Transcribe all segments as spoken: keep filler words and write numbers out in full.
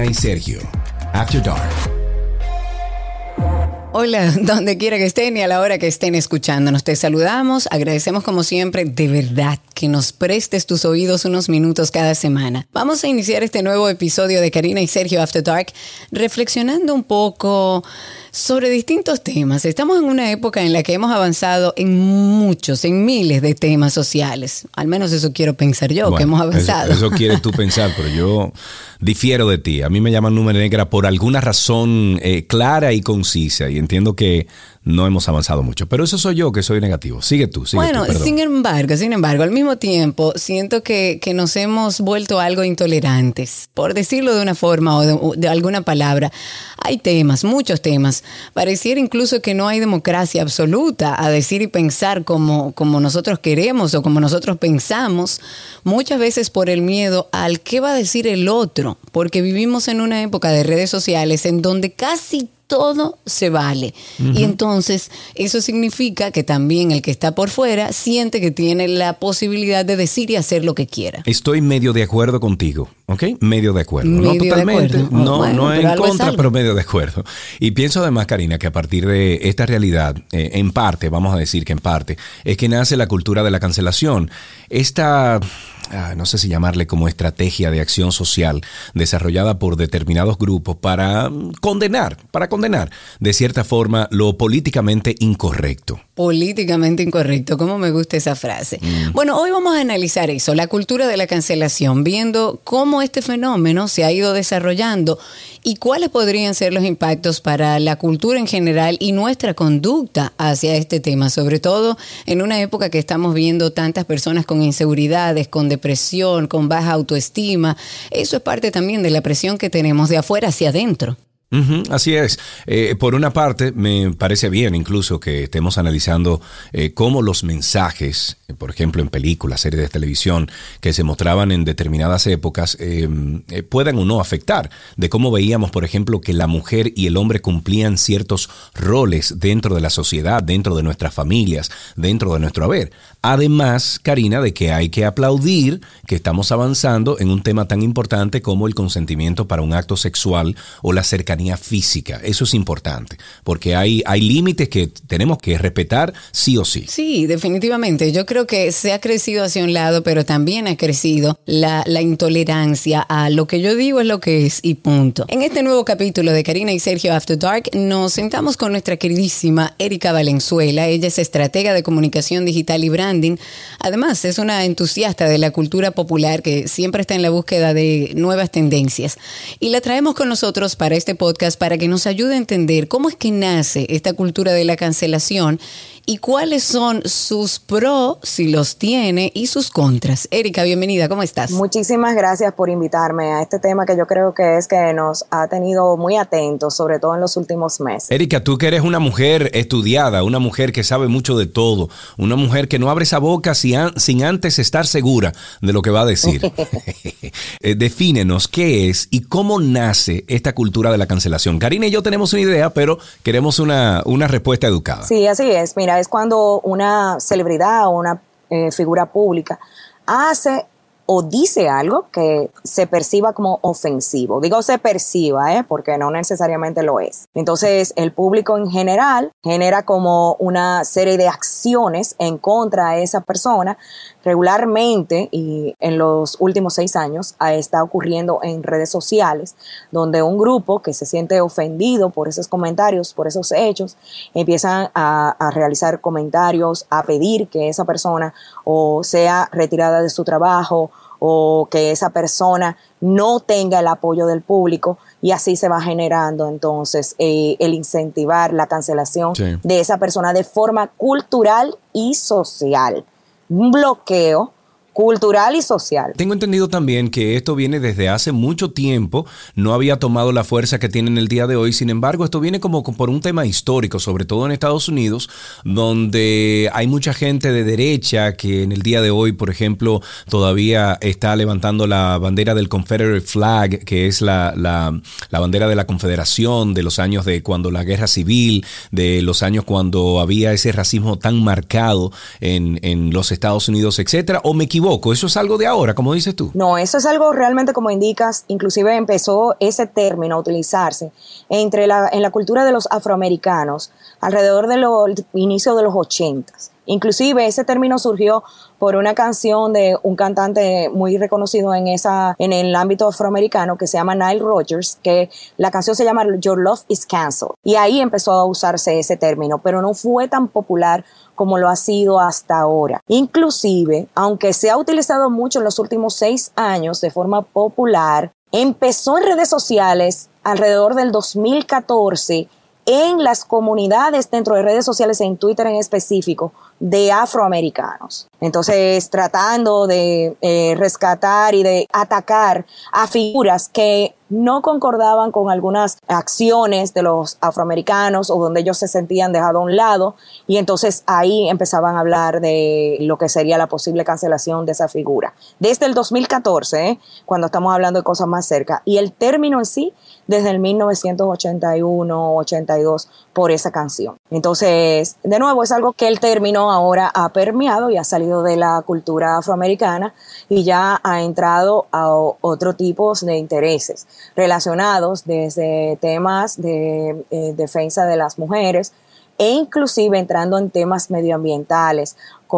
Karina y Sergio, After Dark. Hola, donde quiera que estén y a la hora que estén escuchándonos, te saludamos, agradecemos como siempre, de verdad, que nos prestes tus oídos unos minutos cada semana. Vamos a iniciar este nuevo episodio de Karina y Sergio After Dark reflexionando un poco sobre distintos temas. Estamos en una época en la que hemos avanzado en muchos, en miles de temas sociales. Al menos eso quiero pensar yo, bueno, que hemos avanzado. Eso, eso quieres tú pensar, pero yo difiero de ti. A mí me llaman Nube Negra por alguna razón eh, clara y concisa, y entiendo que no hemos avanzado mucho. Pero eso soy yo, que soy negativo. Sigue tú, sigue bueno, tú, perdón. sin embargo, sin embargo, al mismo tiempo, siento que, que nos hemos vuelto algo intolerantes, por decirlo de una forma o de, de alguna palabra. Hay temas, muchos temas. Pareciera incluso que no hay democracia absoluta a decir y pensar como, como nosotros queremos o como nosotros pensamos, muchas veces por el miedo al qué va a decir el otro, porque vivimos en una época de redes sociales en donde casi todo se vale. Uh-huh. Y entonces eso significa que también el que está por fuera siente que tiene la posibilidad de decir y hacer lo que quiera. Estoy medio de acuerdo contigo, ¿ok? Medio de acuerdo. Medio no totalmente, de acuerdo. no, bueno, no en contra, es pero medio de acuerdo. Y pienso además, Karina, que a partir de esta realidad, eh, en parte, vamos a decir que en parte, es que nace la cultura de la cancelación. Esta... Ah, no sé si llamarle como estrategia de acción social desarrollada por determinados grupos para condenar, para condenar de cierta forma lo políticamente incorrecto. Políticamente incorrecto, ¿cómo me gusta esa frase? Mm. Bueno, hoy vamos a analizar eso, la cultura de la cancelación, viendo cómo este fenómeno se ha ido desarrollando y cuáles podrían ser los impactos para la cultura en general y nuestra conducta hacia este tema, sobre todo en una época que estamos viendo tantas personas con inseguridades, con depresión, con baja autoestima. Eso es parte también de la presión que tenemos de afuera hacia adentro. Uh-huh, así es. Eh, por una parte, me parece bien incluso que estemos analizando eh, cómo los mensajes, eh, por ejemplo en películas, series de televisión, que se mostraban en determinadas épocas, eh, eh, puedan o no afectar. De cómo veíamos, por ejemplo, que la mujer y el hombre cumplían ciertos roles dentro de la sociedad, dentro de nuestras familias, dentro de nuestro haber. Además, Karina, de que hay que aplaudir que estamos avanzando en un tema tan importante como el consentimiento para un acto sexual o la cercanía física. Eso es importante, porque hay, hay límites que tenemos que respetar sí o sí. Sí, definitivamente. Yo creo que se ha crecido hacia un lado, pero también ha crecido la, la intolerancia a lo que yo digo es lo que es y punto. En este nuevo capítulo de Karina y Sergio After Dark nos sentamos con nuestra queridísima Erika Valenzuela. Ella es estratega de comunicación digital y branding. Además, es una entusiasta de la cultura popular que siempre está en la búsqueda de nuevas tendencias. Y la traemos con nosotros para este podcast para que nos ayude a entender cómo es que nace esta cultura de la cancelación y cuáles son sus pros, si los tiene, y sus contras. Erika, bienvenida, ¿cómo estás? Muchísimas gracias por invitarme a este tema que yo creo que es que nos ha tenido muy atentos, sobre todo en los últimos meses. Erika, tú que eres una mujer estudiada, una mujer que sabe mucho de todo, una mujer que no abre esa boca sin, an- sin antes estar segura de lo que va a decir. eh, defínenos qué es y cómo nace esta cultura de la cancelación. Karina y yo tenemos una idea, pero queremos una, una respuesta educada. Sí, así es. Mira, es cuando una celebridad o una eh, figura pública hace o dice algo que se perciba como ofensivo. Digo se perciba, ¿eh? Porque no necesariamente lo es. Entonces, el público en general genera como una serie de acciones en contra de esa persona. Regularmente, y en los últimos seis años, está ocurriendo en redes sociales, donde un grupo que se siente ofendido por esos comentarios, por esos hechos, empiezan a, a realizar comentarios, a pedir que esa persona o sea retirada de su trabajo o que esa persona no tenga el apoyo del público, y así se va generando entonces eh, el incentivar la cancelación sí. de esa persona de forma cultural y social. Un bloqueo cultural y social. Tengo entendido también que esto viene desde hace mucho tiempo, no había tomado la fuerza que tiene en el día de hoy, sin embargo esto viene como por un tema histórico, sobre todo en Estados Unidos, donde hay mucha gente de derecha que en el día de hoy, por ejemplo, todavía está levantando la bandera del Confederate Flag, que es la, la, la bandera de la Confederación de los años de cuando la guerra civil, de los años cuando había ese racismo tan marcado en, en los Estados Unidos, etcétera, o me equivoco equivoco, eso es algo de ahora, como dices tú. No, eso es algo realmente como indicas, inclusive empezó ese término a utilizarse entre la, en la cultura de los afroamericanos alrededor de los inicios de los ochentas. Inclusive ese término surgió por una canción de un cantante muy reconocido en esa en el ámbito afroamericano que se llama Nile Rodgers, que la canción se llama Your Love is Canceled. Y ahí empezó a usarse ese término, pero no fue tan popular como lo ha sido hasta ahora. Inclusive, aunque se ha utilizado mucho en los últimos seis años de forma popular, empezó en redes sociales alrededor del dos mil catorce en las comunidades dentro de redes sociales, en Twitter en específico, de afroamericanos. Entonces, tratando de eh, rescatar y de atacar a figuras que no concordaban con algunas acciones de los afroamericanos o donde ellos se sentían dejados a un lado, y entonces ahí empezaban a hablar de lo que sería la posible cancelación de esa figura. Desde el dos mil catorce, ¿eh? Cuando estamos hablando de cosas más cerca, y el término en sí desde el mil novecientos ochenta y uno, ochenta y dos por esa canción. Entonces, de nuevo, es algo que el término ahora ha permeado y ha salido de la cultura afroamericana y ya ha entrado a otro tipo de intereses relacionados desde temas de eh, defensa de las mujeres e inclusive entrando en temas medioambientales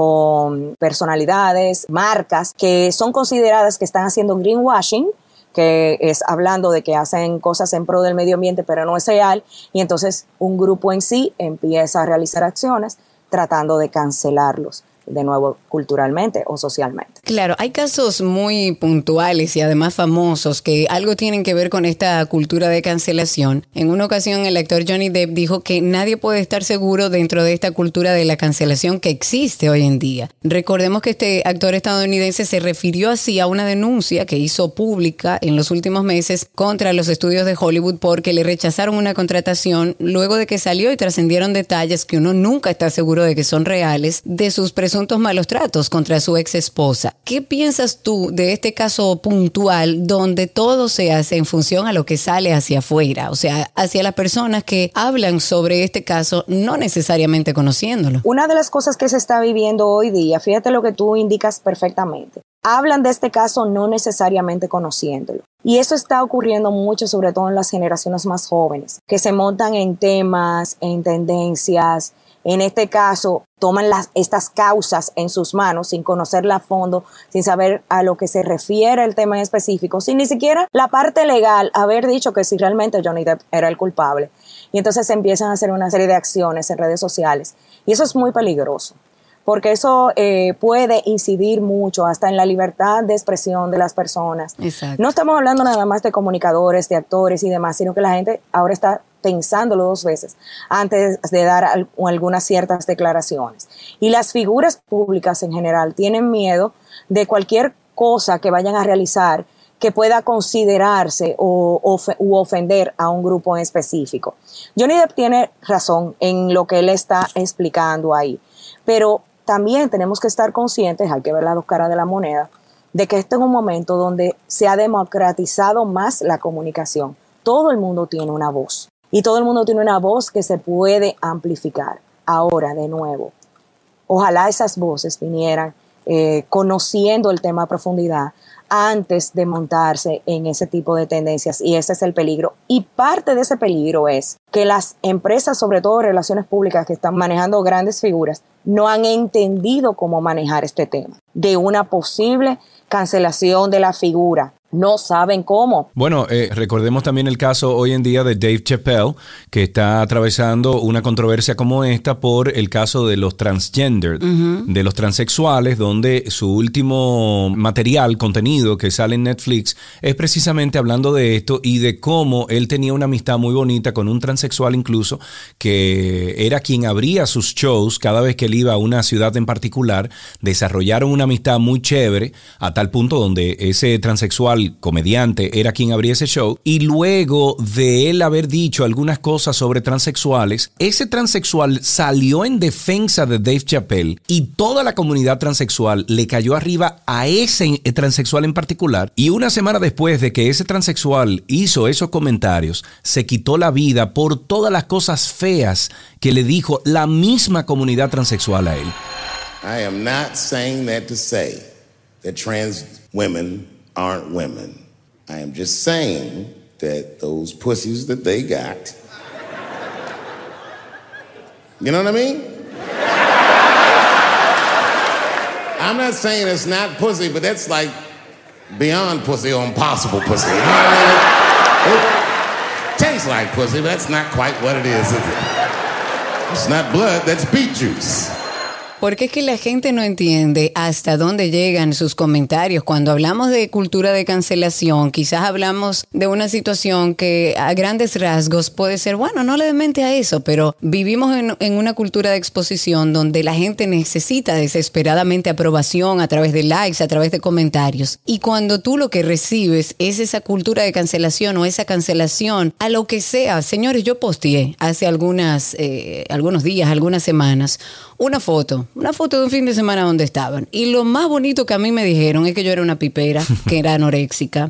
con personalidades, marcas que son consideradas que están haciendo greenwashing, que es hablando de que hacen cosas en pro del medio ambiente, pero no es real, y entonces un grupo en sí empieza a realizar acciones tratando de cancelarlos, de nuevo, culturalmente o socialmente. Claro, hay casos muy puntuales y además famosos que algo tienen que ver con esta cultura de cancelación. En una ocasión el actor Johnny Depp dijo que nadie puede estar seguro dentro de esta cultura de la cancelación que existe hoy en día. Recordemos que este actor estadounidense se refirió así a una denuncia que hizo pública en los últimos meses contra los estudios de Hollywood porque le rechazaron una contratación luego de que salió y trascendieron detalles que uno nunca está seguro de que son reales de sus presuntos malos tratos contra su ex esposa. ¿Qué piensas tú de este caso puntual donde todo se hace en función a lo que sale hacia afuera? O sea, hacia las personas que hablan sobre este caso no necesariamente conociéndolo. Una de las cosas que se está viviendo hoy día, fíjate lo que tú indicas perfectamente, hablan de este caso no necesariamente conociéndolo. Y eso está ocurriendo mucho, sobre todo en las generaciones más jóvenes, que se montan en temas, en tendencias. En este caso, toman las, estas causas en sus manos sin conocerla a fondo, sin saber a lo que se refiere el tema en específico, sin ni siquiera la parte legal haber dicho que si realmente Johnny Depp era el culpable. Y entonces se empiezan a hacer una serie de acciones en redes sociales. Y eso es muy peligroso, porque eso eh, puede incidir mucho hasta en la libertad de expresión de las personas. Exacto. No estamos hablando nada más de comunicadores, de actores y demás, sino que la gente ahora está pensándolo dos veces antes de dar al, algunas ciertas declaraciones. Y las figuras públicas en general tienen miedo de cualquier cosa que vayan a realizar que pueda considerarse o, o u ofender a un grupo en específico. Johnny Depp tiene razón en lo que él está explicando ahí, pero también tenemos que estar conscientes, hay que ver las dos caras de la moneda, de que este es un momento donde se ha democratizado más la comunicación. Todo el mundo tiene una voz. Y todo el mundo tiene una voz que se puede amplificar. Ahora, de nuevo, ojalá esas voces vinieran eh, conociendo el tema a profundidad antes de montarse en ese tipo de tendencias. Y ese es el peligro. Y parte de ese peligro es que las empresas, sobre todo relaciones públicas que están manejando grandes figuras, no han entendido cómo manejar este tema de una posible cancelación de la figura. No saben cómo. Bueno, eh, recordemos también el caso hoy en día de Dave Chappelle, que está atravesando una controversia como esta por el caso de los transgender, uh-huh. de los transexuales, donde su último material, contenido que sale en Netflix, es precisamente hablando de esto y de cómo él tenía una amistad muy bonita con un transexual incluso, que era quien abría sus shows cada vez que él iba a una ciudad en particular. Desarrollaron una amistad muy chévere a tal punto donde ese transexual comediante era quien abría ese show, y luego de él haber dicho algunas cosas sobre transexuales, ese transexual salió en defensa de Dave Chappelle y toda la comunidad transexual le cayó arriba a ese transexual en particular, y una semana después de que ese transexual hizo esos comentarios, se quitó la vida por todas las cosas feas que le dijo la misma comunidad transexual a él. I am not saying that to say that trans women aren't women. I am just saying that those pussies that they got, you know what I mean? I'm not saying it's not pussy, but that's like beyond pussy or impossible pussy. You know what I mean? It tastes like pussy, but that's not quite what it is, is it? It's not blood, that's beet juice. Porque es que la gente no entiende hasta dónde llegan sus comentarios. Cuando hablamos de cultura de cancelación, quizás hablamos de una situación que a grandes rasgos puede ser, bueno, no le dé mente a eso, pero vivimos en, en una cultura de exposición donde la gente necesita desesperadamente aprobación a través de likes, a través de comentarios. Y cuando tú lo que recibes es esa cultura de cancelación o esa cancelación a lo que sea. Señores, yo posteé hace algunas, eh, algunos días, algunas semanas, una foto, una foto de un fin de semana donde estaban. Y lo más bonito que a mí me dijeron es que yo era una pipera, que era anoréxica,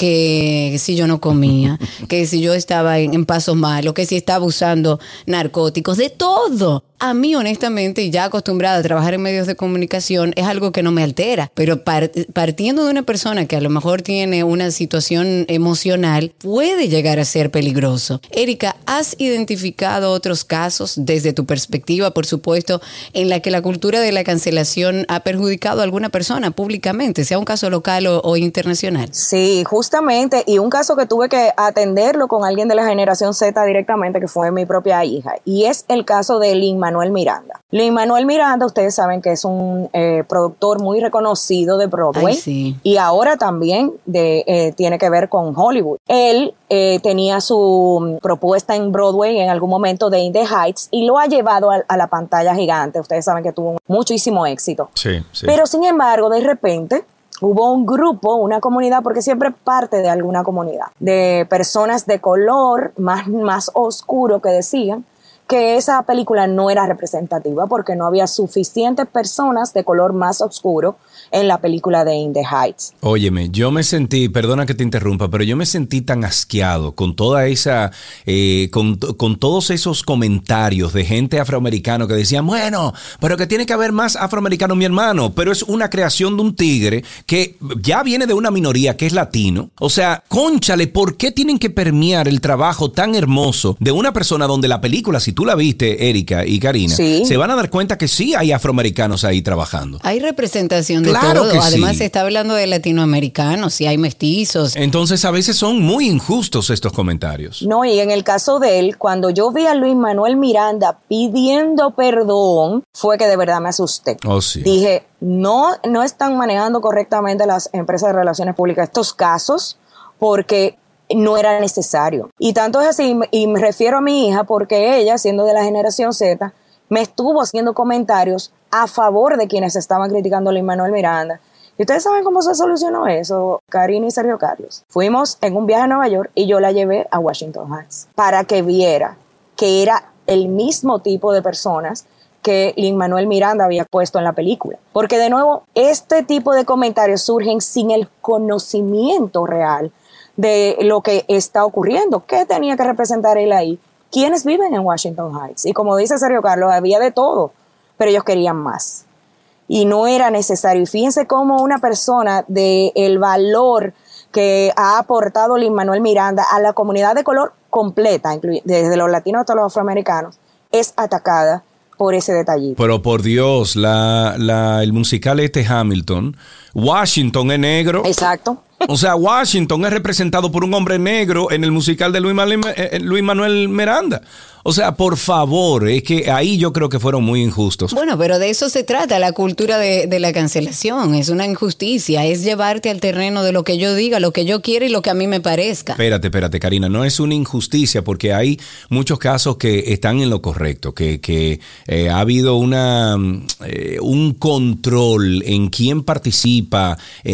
que si yo no comía, que si yo estaba en, en pasos malos, que si estaba usando narcóticos, de todo. A mí, honestamente, y ya acostumbrada a trabajar en medios de comunicación, es algo que no me altera. Pero par- partiendo de una persona que a lo mejor tiene una situación emocional, puede llegar a ser peligroso. Erika, ¿has identificado otros casos, desde tu perspectiva, por supuesto, en la que la cultura de la cancelación ha perjudicado a alguna persona públicamente, sea un caso local o, o internacional? Sí, justamente, y un caso que tuve que atenderlo con alguien de la generación Z directamente, que fue mi propia hija, y es el caso de Lin-Manuel Miranda. Lin-Manuel Miranda, ustedes saben que es un eh, productor muy reconocido de Broadway. Ay, sí. Y ahora también de, eh, tiene que ver con Hollywood. Él eh, tenía su propuesta en Broadway en algún momento de In the Heights y lo ha llevado a, a la pantalla gigante. Ustedes saben que tuvo muchísimo éxito. Sí, sí. Pero sin embargo, de repente hubo un grupo, una comunidad, porque siempre parte de alguna comunidad, de personas de color más, más oscuro que decían que esa película no era representativa porque no había suficientes personas de color más oscuro en la película de In the Heights. Óyeme, yo me sentí, perdona que te interrumpa, pero yo me sentí tan asqueado con toda esa, eh, con, con todos esos comentarios de gente afroamericana que decían, bueno, pero que tiene que haber más afroamericanos, mi hermano, pero es una creación de un tigre que ya viene de una minoría que es latino. O sea, cónchale, ¿por qué tienen que permear el trabajo tan hermoso de una persona donde la película, si tú la viste, Erika y Karina, sí, se van a dar cuenta que sí hay afroamericanos ahí trabajando? Hay representación de Claro todo. que Además, sí. se está hablando de latinoamericanos, y hay mestizos. Entonces, a veces son muy injustos estos comentarios. No, y en el caso de él, cuando yo vi a Lin-Manuel Miranda pidiendo perdón, fue que de verdad me asusté. Oh, sí. Dije, no, no están manejando correctamente las empresas de relaciones públicas estos casos porque no era necesario. Y tanto es así, y me refiero a mi hija porque ella, siendo de la generación Z, me estuvo haciendo comentarios a favor de quienes estaban criticando a Lin-Manuel Miranda. ¿Y ustedes saben cómo se solucionó eso, Karina y Sergio Carlos? Fuimos en un viaje a Nueva York y yo la llevé a Washington Heights para que viera que era el mismo tipo de personas que Lin-Manuel Miranda había puesto en la película. Porque de nuevo, este tipo de comentarios surgen sin el conocimiento real de lo que está ocurriendo. ¿Qué tenía que representar él ahí? ¿Quiénes viven en Washington Heights? Y como dice Sergio Carlos, había de todo, pero ellos querían más. Y no era necesario. Y fíjense cómo una persona del valor que ha aportado Lin-Manuel Miranda a la comunidad de color completa, desde los latinos hasta los afroamericanos, es atacada por ese detallito. Pero por Dios, la, la, el musical este Hamilton, Washington es negro. Exacto. O sea, Washington es representado por un hombre negro en el musical de Luis Manuel, Luis Manuel Miranda. O sea, por favor, es que ahí yo creo que fueron muy injustos. Bueno, pero de eso se trata la cultura de, de la cancelación. Es una injusticia, es llevarte al terreno de lo que yo diga, lo que yo quiera y lo que a mí me parezca. Espérate, espérate, Karina, no es una injusticia porque hay muchos casos que están en lo correcto, que, que eh, ha habido una eh, un control en quién participa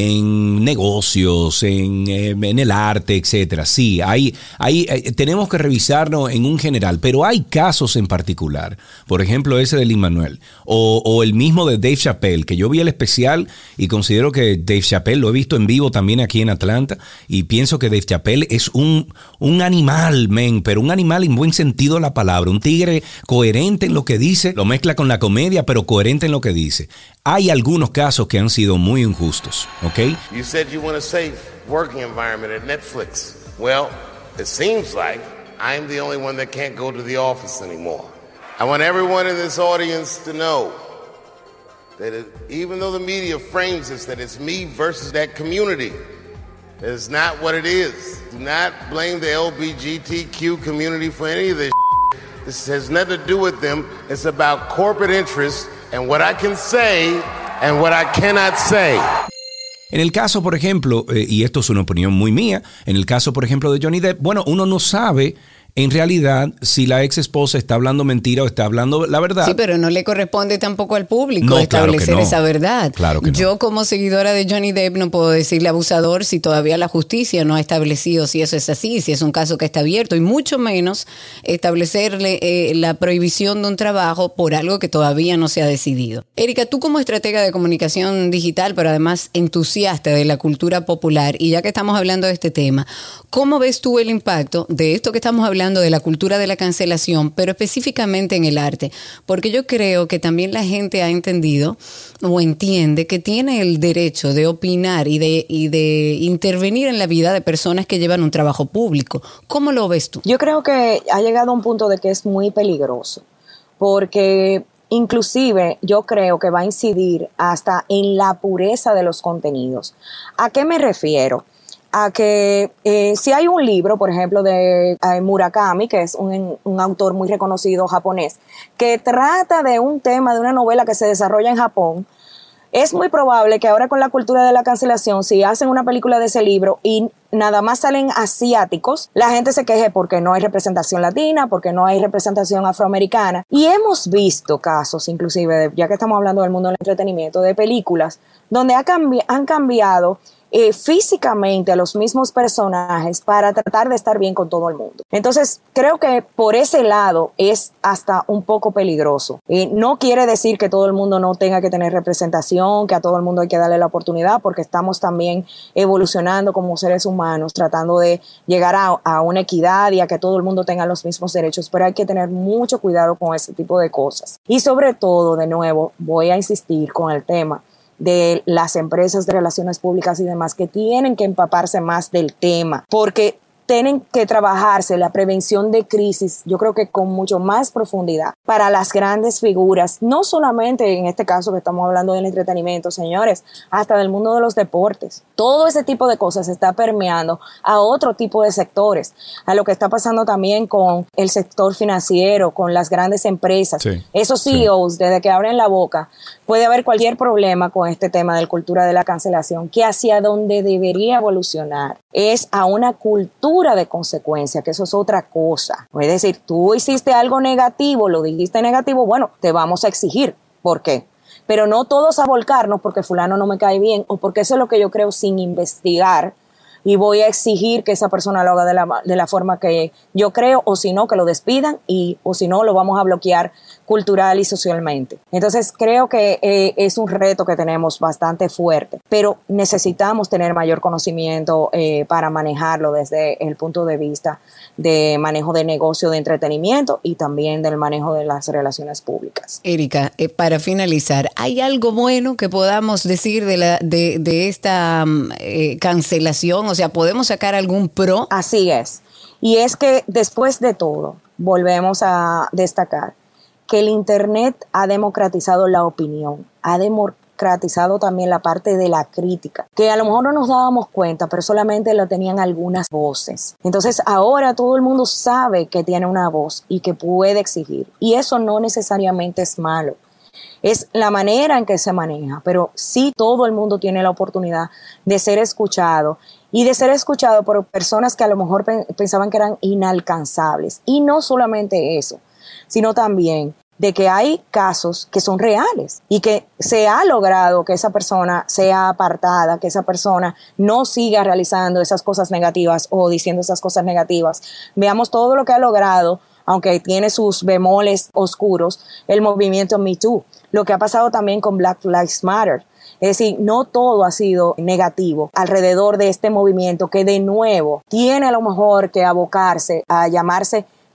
en negocios, en, eh, en el arte, etcétera. Sí, hay, hay, eh, tenemos que revisarnos en un general, pero hay casos en particular, por ejemplo ese de Lin-Manuel o, o el mismo de Dave Chappelle, que yo vi el especial y considero que Dave Chappelle lo he visto en vivo también aquí en Atlanta y pienso que Dave Chappelle es un, un animal, men, pero un animal en buen sentido de la palabra, un tigre coherente en lo que dice, lo mezcla con la comedia, pero coherente en lo que dice. hay algunos casos que han sido muy injustos, ¿ok? You said you want a safe working environment at Netflix. Well, it seems like I'm the only one that can't go to the office anymore. I want everyone in this audience to know that it, even though the media frames this, that it's me versus that community, that is not what it is. Do not blame the L G B T Q community for any of this. This has nothing to do with them. It's about corporate interests and what I can say and what I cannot say. En el caso, por ejemplo, eh, y esto es una opinión muy mía, en el caso, por ejemplo, de Johnny Depp, bueno, uno no sabe en realidad si la ex esposa está hablando mentira o está hablando la verdad. Sí, pero no le corresponde tampoco al público no, establecer claro que no. esa verdad. Claro que no. Yo como seguidora de Johnny Depp no puedo decirle abusador si todavía la justicia no ha establecido si eso es así, si es un caso que está abierto, y mucho menos establecerle eh, la prohibición de un trabajo por algo que todavía no se ha decidido. Erika, tú como estratega de comunicación digital, pero además entusiasta de la cultura popular, y ya que estamos hablando de este tema, ¿cómo ves tú el impacto de esto que estamos hablando de la cultura de la cancelación, pero específicamente en el arte? Porque yo creo que también la gente ha entendido o entiende que tiene el derecho de opinar y de, y de intervenir en la vida de personas que llevan un trabajo público. ¿Cómo lo ves tú? Yo creo que ha llegado a un punto de que es muy peligroso, porque inclusive yo creo que va a incidir hasta en la pureza de los contenidos. ¿A qué me refiero? A que eh, si hay un libro, por ejemplo, de eh, Murakami, que es un, un autor muy reconocido japonés, que trata de un tema, de una novela que se desarrolla en Japón, es muy probable que ahora con la cultura de la cancelación, si hacen una película de ese libro y nada más salen asiáticos, la gente se queje porque no hay representación latina, porque no hay representación afroamericana. Y hemos visto casos, inclusive, de, ya que estamos hablando del mundo del entretenimiento, de películas donde ha cambi- han cambiado Eh, físicamente a los mismos personajes para tratar de estar bien con todo el mundo. Entonces, creo que por ese lado es hasta un poco peligroso. Eh, no quiere decir que todo el mundo no tenga que tener representación, que a todo el mundo hay que darle la oportunidad, porque estamos también evolucionando como seres humanos, tratando de llegar a, a una equidad y a que todo el mundo tenga los mismos derechos, pero hay que tener mucho cuidado con ese tipo de cosas. Y sobre todo, de nuevo, voy a insistir con el tema de las empresas de relaciones públicas y demás, que tienen que empaparse más del tema, porque tienen que trabajarse la prevención de crisis, yo creo que con mucho más profundidad para las grandes figuras, no solamente en este caso que estamos hablando del entretenimiento, señores, hasta del mundo de los deportes. Todo ese tipo de cosas está permeando a otro tipo de sectores, a lo que está pasando también con el sector financiero, con las grandes empresas. Sí, esos C E Os, sí. Desde que abren la boca, puede haber cualquier problema con este tema de la cultura de la cancelación, que hacia donde debería evolucionar es a una cultura de consecuencia, que eso es otra cosa. Es decir, tú hiciste algo negativo, lo dijiste negativo, bueno, te vamos a exigir. ¿Por qué? Pero no todos a volcarnos porque fulano no me cae bien o porque eso es lo que yo creo sin investigar y voy a exigir que esa persona lo haga de la, de la forma que yo creo, o si no, que lo despidan, y o si no, lo vamos a bloquear cultural y socialmente. Entonces, creo que eh, es un reto que tenemos bastante fuerte, pero necesitamos tener mayor conocimiento eh, para manejarlo desde el punto de vista de manejo de negocio de entretenimiento y también del manejo de las relaciones públicas. Erika, eh, para finalizar, ¿hay algo bueno que podamos decir de, la, de, de esta eh, cancelación? O sea, ¿podemos sacar algún pro? Así es. Y es que después de todo, volvemos a destacar que el Internet ha democratizado la opinión, ha democratizado también la parte de la crítica, que a lo mejor no nos dábamos cuenta, pero solamente lo tenían algunas voces. Entonces ahora todo el mundo sabe que tiene una voz y que puede exigir, y eso no necesariamente es malo. Es la manera en que se maneja, pero sí todo el mundo tiene la oportunidad de ser escuchado y de ser escuchado por personas que a lo mejor pensaban que eran inalcanzables. Y no solamente eso, sino también de que hay casos que son reales y que se ha logrado que esa persona sea apartada, que esa persona no siga realizando esas cosas negativas o diciendo esas cosas negativas. Veamos todo lo que ha logrado, aunque tiene sus bemoles oscuros, el movimiento Me Too. Lo que ha pasado también con Black Lives Matter. Es decir, no todo ha sido negativo alrededor de este movimiento que de nuevo tiene a lo mejor que abocarse a llamarse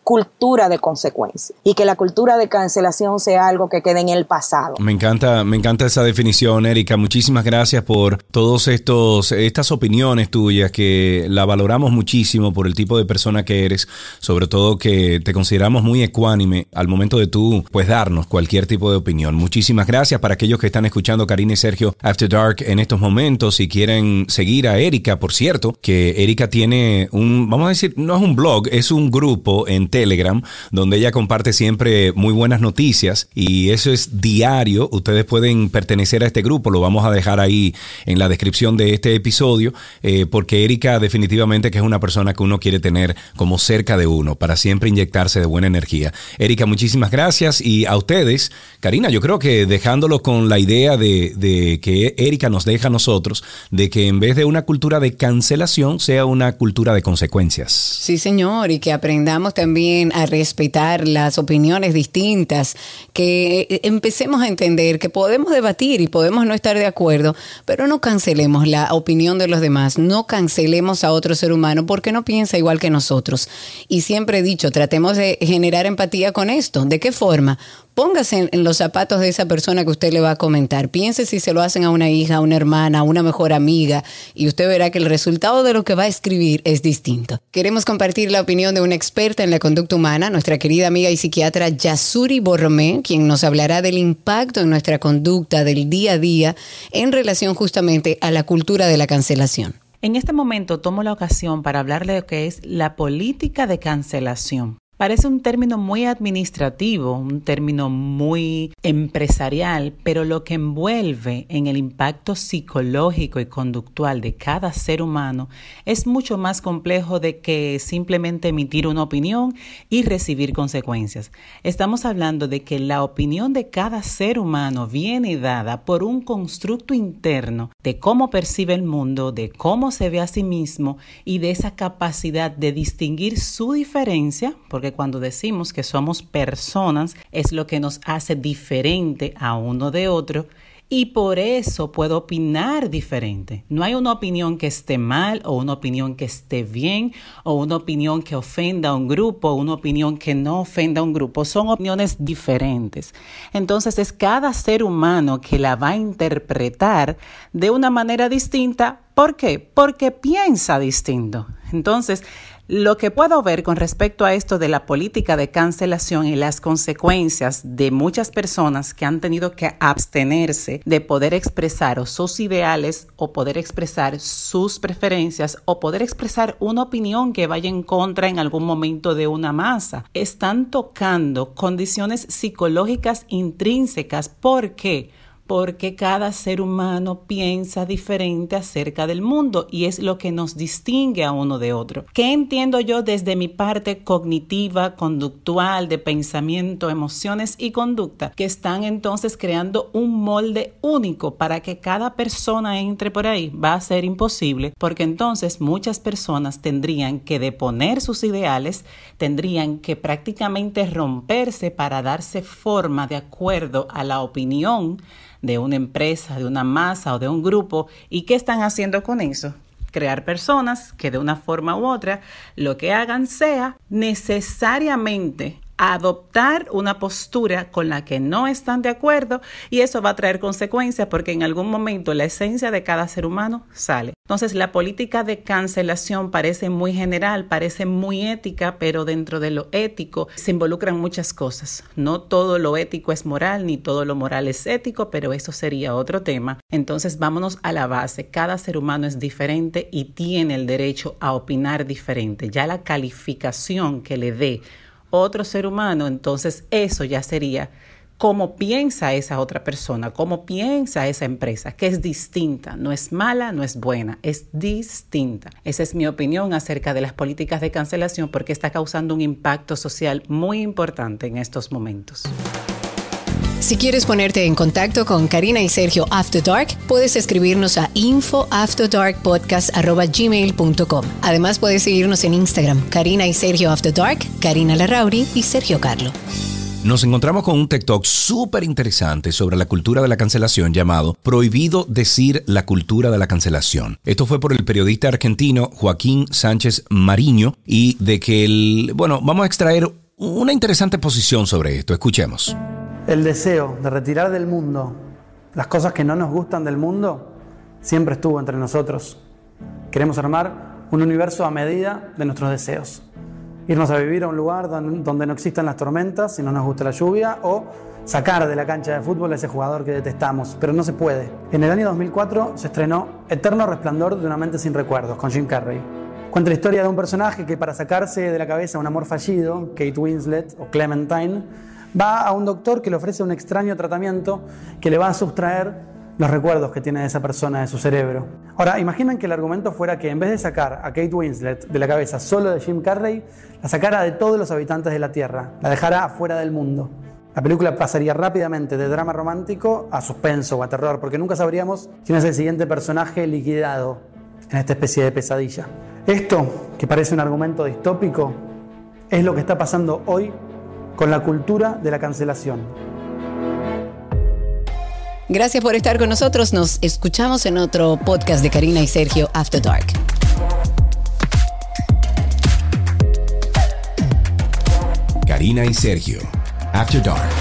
cultura de consecuencia y que la cultura de cancelación sea algo que quede en el pasado. Me encanta, me encanta esa definición, Erika. Muchísimas gracias por todos estos, estas opiniones tuyas, que la valoramos muchísimo por el tipo de persona que eres, sobre todo que te consideramos muy ecuánime al momento de tú, pues, darnos cualquier tipo de opinión. Muchísimas gracias. Para aquellos que están escuchando Karina y Sergio After Dark en estos momentos, si quieren seguir a Erika, por cierto, que Erika tiene un, vamos a decir, no es un blog, es un grupo en Telegram, donde ella comparte siempre muy buenas noticias, y eso es diario. Ustedes pueden pertenecer a este grupo, lo vamos a dejar ahí en la descripción de este episodio, eh, porque Erika definitivamente que es una persona que uno quiere tener como cerca de uno, para siempre inyectarse de buena energía. Erika, muchísimas gracias, y a ustedes, Karina, yo creo que dejándolo con la idea de, de que Erika nos deja a nosotros, de que en vez de una cultura de cancelación, sea una cultura de consecuencias. Sí, señor, y que aprendamos también a respetar las opiniones distintas, que empecemos a entender que podemos debatir y podemos no estar de acuerdo, pero no cancelemos la opinión de los demás, no cancelemos a otro ser humano porque no piensa igual que nosotros. Y siempre he dicho, tratemos de generar empatía con esto. ¿De qué forma? Póngase en, en los zapatos de esa persona que usted le va a comentar. Piense si se lo hacen a una hija, a una hermana, a una mejor amiga, y usted verá que el resultado de lo que va a escribir es distinto. Queremos compartir la opinión de una experta en la conducta humana, nuestra querida amiga y psiquiatra Yasuri Borromé, quien nos hablará del impacto en nuestra conducta del día a día en relación justamente a la cultura de la cancelación. En este momento tomo la ocasión para hablarle de lo que es la política de cancelación. Parece un término muy administrativo, un término muy empresarial, pero lo que envuelve en el impacto psicológico y conductual de cada ser humano es mucho más complejo de que simplemente emitir una opinión y recibir consecuencias. Estamos hablando de que la opinión de cada ser humano viene dada por un constructo interno de cómo percibe el mundo, de cómo se ve a sí mismo y de esa capacidad de distinguir su diferencia, porque cuando decimos que somos personas, es lo que nos hace diferente a uno de otro, y por eso puedo opinar diferente. No hay una opinión que esté mal o una opinión que esté bien o una opinión que ofenda a un grupo o una opinión que no ofenda a un grupo. Son opiniones diferentes. Entonces es cada ser humano que la va a interpretar de una manera distinta. ¿Por qué? Porque piensa distinto. Entonces, lo que puedo ver con respecto a esto de la política de cancelación y las consecuencias de muchas personas que han tenido que abstenerse de poder expresar o sus ideales o poder expresar sus preferencias o poder expresar una opinión que vaya en contra en algún momento de una masa, están tocando condiciones psicológicas intrínsecas. ¿Por qué? Porque cada ser humano piensa diferente acerca del mundo y es lo que nos distingue a uno de otro. ¿Qué entiendo yo desde mi parte cognitiva, conductual, de pensamiento, emociones y conducta? Que están entonces creando un molde único para que cada persona entre por ahí. Va a ser imposible porque entonces muchas personas tendrían que deponer sus ideales, tendrían que prácticamente romperse para darse forma de acuerdo a la opinión de una empresa, de una masa o de un grupo. ¿Y qué están haciendo con eso? Crear personas que de una forma u otra lo que hagan sea necesariamente adoptar una postura con la que no están de acuerdo, y eso va a traer consecuencias porque en algún momento la esencia de cada ser humano sale. Entonces la política de cancelación parece muy general, parece muy ética, pero dentro de lo ético se involucran muchas cosas. No todo lo ético es moral, ni todo lo moral es ético, pero eso sería otro tema. Entonces vámonos a la base. Cada ser humano es diferente y tiene el derecho a opinar diferente. Ya la calificación que le dé otro ser humano, entonces eso ya sería cómo piensa esa otra persona, cómo piensa esa empresa, que es distinta, no es mala, no es buena, es distinta. Esa es mi opinión acerca de las políticas de cancelación porque está causando un impacto social muy importante en estos momentos. Si quieres ponerte en contacto con Karina y Sergio After Dark, puedes escribirnos a info after dark podcast arroba gmail punto com. Además, puedes seguirnos en Instagram, Karina y Sergio After Dark, Karina Larrauri y Sergio Carlo. nos encontramos con un TikTok súper interesante sobre la cultura de la cancelación llamado Prohibido decir la cultura de la cancelación. Esto fue por el periodista argentino Joaquín Sánchez Mariño y de que el... Bueno, vamos a extraer una interesante posición sobre esto. Escuchemos. El deseo de retirar del mundo las cosas que no nos gustan del mundo siempre estuvo entre nosotros. Queremos armar un universo a medida de nuestros deseos. Irnos a vivir a un lugar donde no existan las tormentas, si no nos gusta la lluvia, o sacar de la cancha de fútbol a ese jugador que detestamos, pero no se puede. En el año dos mil cuatro se estrenó Eterno Resplandor de una mente sin recuerdos, con Jim Carrey. Cuenta la historia de un personaje que, para sacarse de la cabeza un amor fallido, Kate Winslet o Clementine, va a un doctor que le ofrece un extraño tratamiento que le va a sustraer los recuerdos que tiene esa persona de su cerebro. Ahora, imaginen que el argumento fuera que en vez de sacar a Kate Winslet de la cabeza solo de Jim Carrey, la sacara de todos los habitantes de la Tierra, la dejara afuera del mundo. La película pasaría rápidamente de drama romántico a suspenso o a terror, porque nunca sabríamos quién es el siguiente personaje liquidado en esta especie de pesadilla. Esto, que parece un argumento distópico, es lo que está pasando hoy con la cultura de la cancelación. Gracias por estar con nosotros. Nos escuchamos en otro podcast de Karina y Sergio After Dark. Karina y Sergio After Dark.